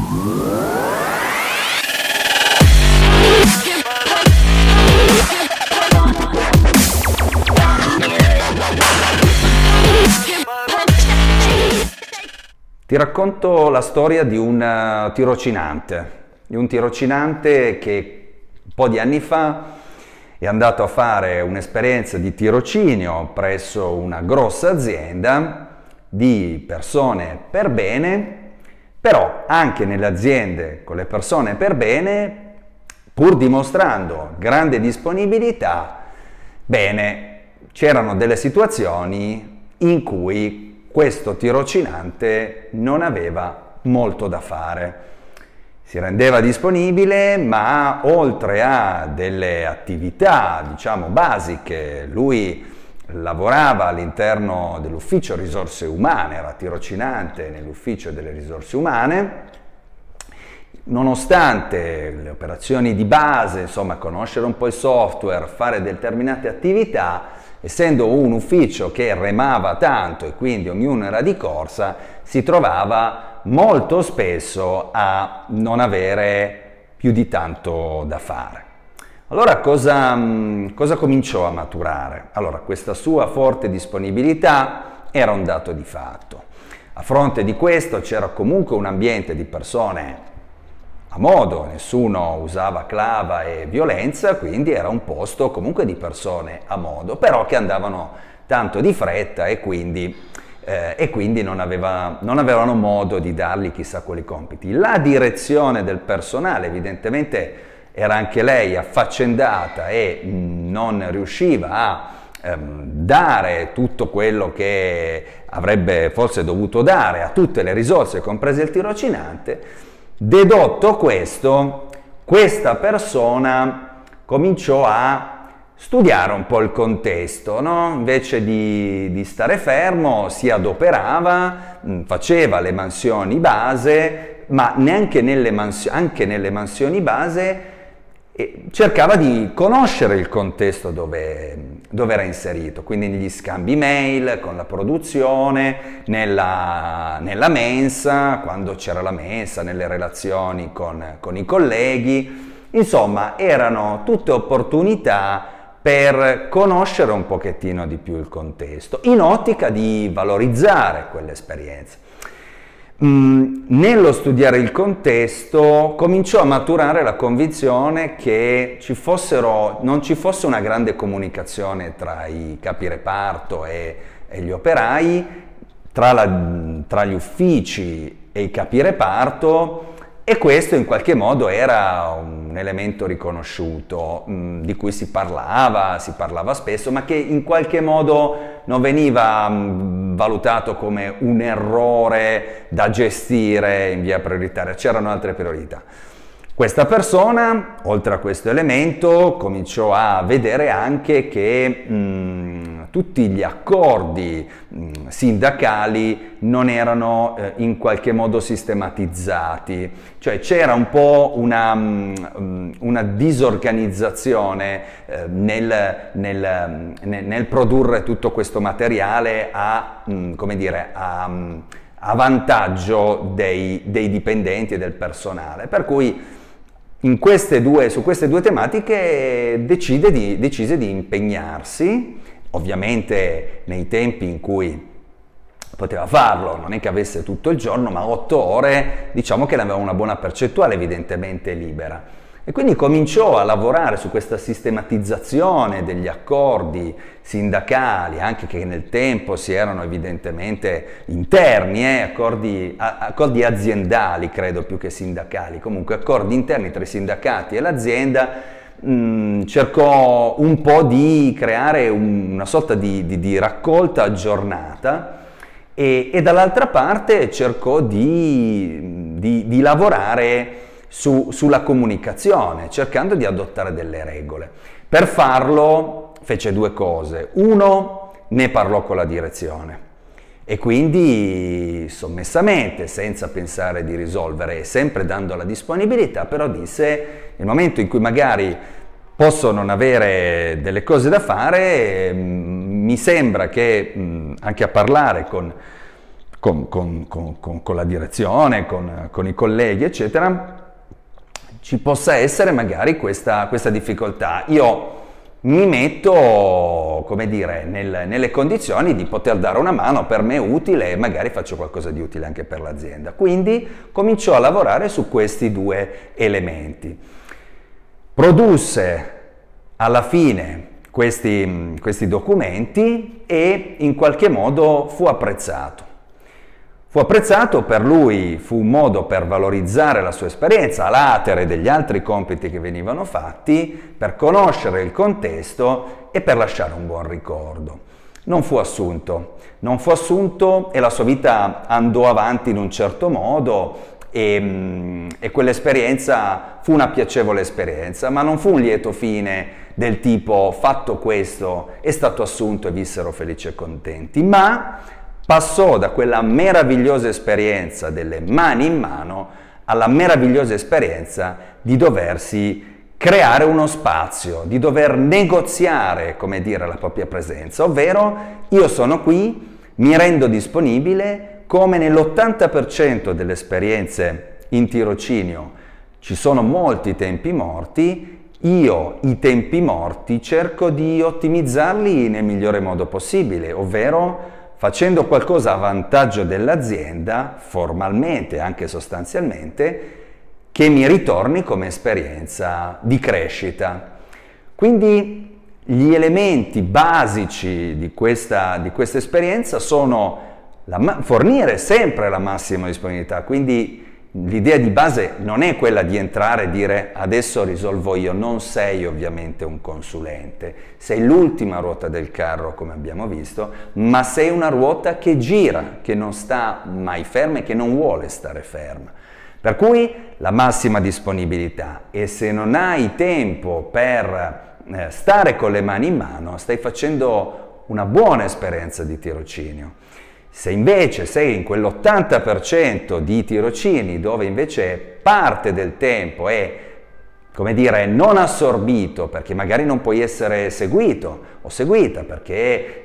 Ti racconto la storia di un tirocinante che un po' di anni fa è andato a fare un'esperienza di tirocinio presso una grossa azienda di persone per bene, però anche nelle aziende con le persone per bene, pur dimostrando grande disponibilità, bene, c'erano delle situazioni in cui questo tirocinante non aveva molto da fare. Si rendeva disponibile, ma oltre a delle attività, diciamo, basiche, lui lavorava all'interno dell'ufficio risorse umane, era tirocinante nell'ufficio delle risorse umane, nonostante le operazioni di base, insomma, conoscere un po' il software, fare determinate attività, essendo un ufficio che remava tanto e quindi ognuno era di corsa, si trovava molto spesso a non avere più di tanto da fare. Allora cosa cominciò a maturare? Allora, questa sua forte disponibilità era un dato di fatto. A fronte di questo c'era comunque un ambiente di persone a modo, nessuno usava clava e violenza, quindi era un posto comunque di persone a modo, però che andavano tanto di fretta e quindi non avevano modo di dargli chissà quali compiti. La direzione del personale evidentemente era anche lei affaccendata e non riusciva a dare tutto quello che avrebbe forse dovuto dare a tutte le risorse, comprese il tirocinante. Dedotto questo, questa persona cominciò a studiare un po' il contesto, no? Invece di stare fermo si adoperava, faceva le mansioni base, ma neanche anche nelle mansioni base cercava di conoscere il contesto dove era inserito, quindi negli scambi mail, con la produzione, nella mensa, quando c'era la mensa, nelle relazioni con i colleghi. Insomma, erano tutte opportunità per conoscere un pochettino di più il contesto, in ottica di valorizzare quell'esperienza. Nello studiare il contesto cominciò a maturare la convinzione che non ci fosse una grande comunicazione tra i capi reparto e gli operai, tra gli uffici e i capi reparto, e questo in qualche modo era un elemento riconosciuto, di cui si parlava spesso, ma che in qualche modo non veniva valutato come un errore da gestire in via prioritaria, c'erano altre priorità. Questa persona, oltre a questo elemento, cominciò a vedere anche che tutti gli accordi sindacali non erano in qualche modo sistematizzati, cioè c'era un po' una disorganizzazione nel produrre tutto questo materiale come dire, a vantaggio dei dipendenti e del personale, per cui su queste due tematiche decise di impegnarsi, ovviamente nei tempi in cui poteva farlo, non è che avesse tutto il giorno, ma 8 ore, diciamo che ne aveva una buona percentuale evidentemente libera. E quindi cominciò a lavorare su questa sistematizzazione degli accordi sindacali, anche che nel tempo si erano evidentemente interni, accordi aziendali credo più che sindacali, comunque accordi interni tra i sindacati e l'azienda. Cercò un po' di creare una sorta di raccolta aggiornata e dall'altra parte cercò di lavorare sulla comunicazione, cercando di adottare delle regole. Per farlo fece due cose. Uno, ne parlò con la direzione e quindi sommessamente, senza pensare di risolvere, sempre dando la disponibilità, però disse: nel momento in cui magari posso non avere delle cose da fare, mi sembra che anche a parlare con con la direzione, con i colleghi, eccetera, ci possa essere magari questa difficoltà. Io mi metto, come dire, nelle condizioni di poter dare una mano, per me utile, e magari faccio qualcosa di utile anche per l'azienda. Quindi cominciò a lavorare su questi due elementi. Produsse alla fine questi documenti e in qualche modo fu apprezzato. Fu apprezzato, per lui fu un modo per valorizzare la sua esperienza, a latere degli altri compiti che venivano fatti, per conoscere il contesto e per lasciare un buon ricordo. Non fu assunto e la sua vita andò avanti in un certo modo e quell'esperienza fu una piacevole esperienza, ma non fu un lieto fine del tipo fatto questo, è stato assunto e vissero felici e contenti, ma passò da quella meravigliosa esperienza delle mani in mano alla meravigliosa esperienza di doversi creare uno spazio, di dover negoziare, come dire, la propria presenza, ovvero io sono qui, mi rendo disponibile, come nell'80% delle esperienze in tirocinio ci sono molti tempi morti, io i tempi morti cerco di ottimizzarli nel migliore modo possibile, ovvero facendo qualcosa a vantaggio dell'azienda, formalmente, anche sostanzialmente, che mi ritorni come esperienza di crescita. Quindi gli elementi basici di questa esperienza sono fornire sempre la massima disponibilità, quindi l'idea di base non è quella di entrare e dire adesso risolvo io, non sei ovviamente un consulente, sei l'ultima ruota del carro come abbiamo visto, ma sei una ruota che gira, che non sta mai ferma e che non vuole stare ferma. Per cui la massima disponibilità, e se non hai tempo per stare con le mani in mano, stai facendo una buona esperienza di tirocinio. Se invece sei in quell'80% di tirocini dove invece parte del tempo è, come dire, non assorbito perché magari non puoi essere seguito o seguita perché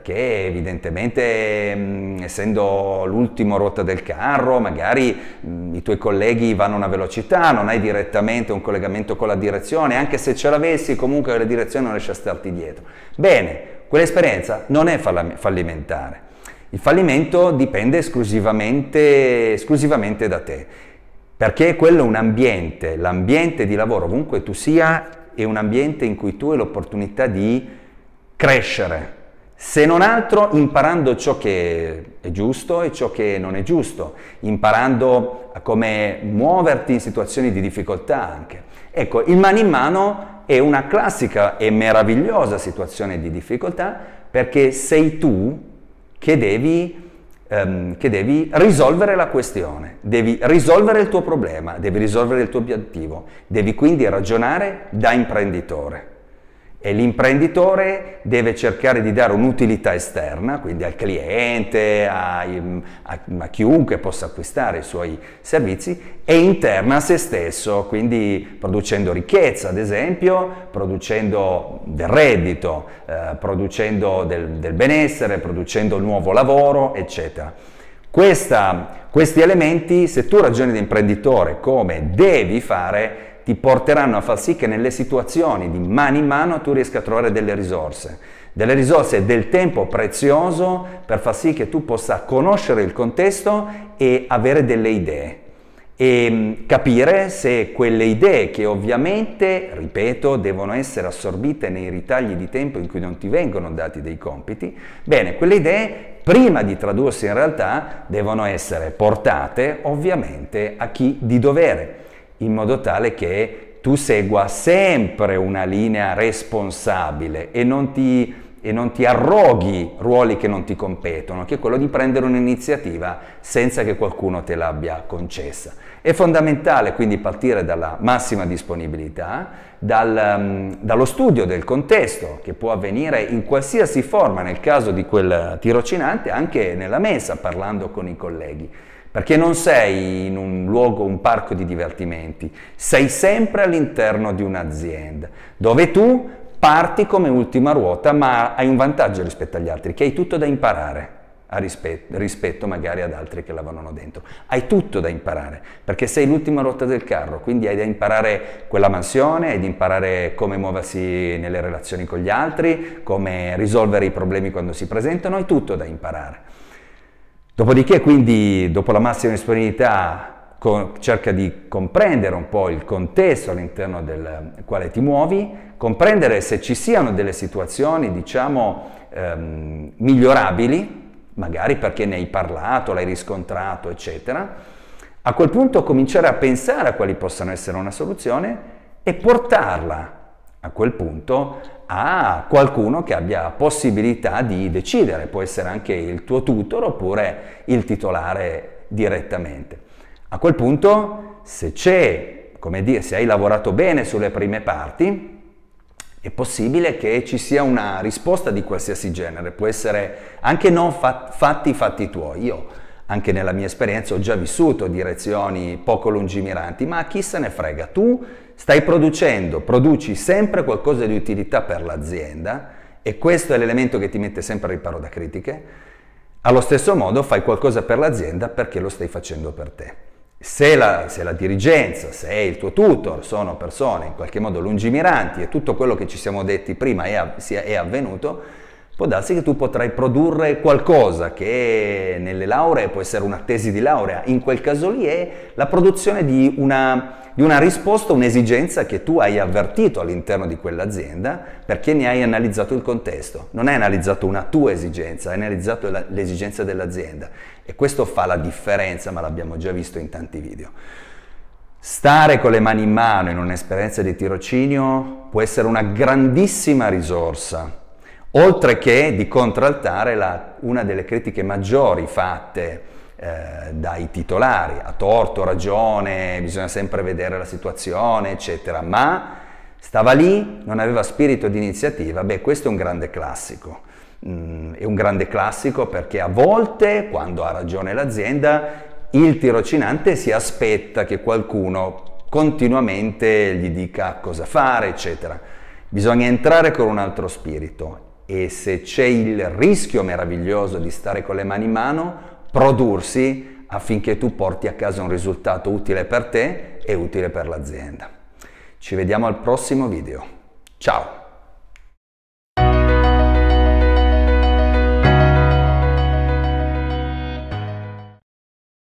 evidentemente essendo l'ultimo ruota del carro magari i tuoi colleghi vanno a una velocità, non hai direttamente un collegamento con la direzione, anche se ce l'avessi comunque la direzione non riesce a starti dietro. Bene, quell'esperienza non è fallimentare. Il fallimento dipende esclusivamente da te, perché quello è un ambiente, l'ambiente di lavoro, ovunque tu sia, è un ambiente in cui tu hai l'opportunità di crescere, se non altro imparando ciò che è giusto e ciò che non è giusto, imparando a come muoverti in situazioni di difficoltà anche. Ecco, il mano in mano è una classica e meravigliosa situazione di difficoltà perché sei tu che devi risolvere la questione, devi risolvere il tuo problema, devi risolvere il tuo obiettivo, devi quindi ragionare da imprenditore. E l'imprenditore deve cercare di dare un'utilità esterna, quindi al cliente, a chiunque possa acquistare i suoi servizi, e interna a se stesso, quindi producendo ricchezza, ad esempio, producendo del reddito, producendo del benessere, producendo nuovo lavoro, eccetera. Questi elementi, se tu ragioni da imprenditore come devi fare, ti porteranno a far sì che nelle situazioni di mano in mano tu riesca a trovare delle risorse e del tempo prezioso per far sì che tu possa conoscere il contesto e avere delle idee e capire se quelle idee che ovviamente, ripeto, devono essere assorbite nei ritagli di tempo in cui non ti vengono dati dei compiti, bene, quelle idee prima di tradursi in realtà devono essere portate ovviamente a chi di dovere, in modo tale che tu segua sempre una linea responsabile e non ti arroghi ruoli che non ti competono, che è quello di prendere un'iniziativa senza che qualcuno te l'abbia concessa. È fondamentale quindi partire dalla massima disponibilità, dallo studio del contesto, che può avvenire in qualsiasi forma, nel caso di quel tirocinante, anche nella messa, parlando con i colleghi. Perché non sei in un luogo, un parco di divertimenti, sei sempre all'interno di un'azienda, dove tu parti come ultima ruota, ma hai un vantaggio rispetto agli altri, che hai tutto da imparare. rispetto magari ad altri che lavorano dentro. Hai tutto da imparare, perché sei l'ultima ruota del carro, quindi hai da imparare quella mansione, hai da imparare come muoversi nelle relazioni con gli altri, come risolvere i problemi quando si presentano, hai tutto da imparare. Dopodiché, quindi, dopo la massima disponibilità, cerca di comprendere un po' il contesto all'interno del quale ti muovi, comprendere se ci siano delle situazioni, diciamo, migliorabili, magari perché ne hai parlato, l'hai riscontrato, eccetera. A quel punto cominciare a pensare a quali possano essere una soluzione e portarla a quel punto a qualcuno che abbia possibilità di decidere, può essere anche il tuo tutor oppure il titolare direttamente. A quel punto, se c'è, come dire, se hai lavorato bene sulle prime parti, è possibile che ci sia una risposta di qualsiasi genere, può essere anche non fatti tuoi. Io, anche nella mia esperienza, ho già vissuto direzioni poco lungimiranti, ma chi se ne frega? Tu stai produci sempre qualcosa di utilità per l'azienda e questo è l'elemento che ti mette sempre al riparo da critiche. Allo stesso modo fai qualcosa per l'azienda perché lo stai facendo per te. Se la dirigenza, se il tuo tutor sono persone in qualche modo lungimiranti e tutto quello che ci siamo detti prima è avvenuto, può darsi che tu potrai produrre qualcosa che nelle lauree può essere una tesi di laurea. In quel caso lì è la produzione di una risposta, un'esigenza che tu hai avvertito all'interno di quell'azienda perché ne hai analizzato il contesto. Non hai analizzato una tua esigenza, hai analizzato l'esigenza dell'azienda. E questo fa la differenza, ma l'abbiamo già visto in tanti video. Stare con le mani in mano in un'esperienza di tirocinio può essere una grandissima risorsa, oltre che di contraltare una delle critiche maggiori fatte dai titolari, a torto, ragione, bisogna sempre vedere la situazione, eccetera, ma stava lì, non aveva spirito di iniziativa. Beh, questo è un grande classico. È un grande classico perché a volte, quando ha ragione l'azienda, il tirocinante si aspetta che qualcuno continuamente gli dica cosa fare, eccetera. Bisogna entrare con un altro spirito e se c'è il rischio meraviglioso di stare con le mani in mano, prodursi affinché tu porti a casa un risultato utile per te e utile per l'azienda. Ci vediamo al prossimo video. Ciao!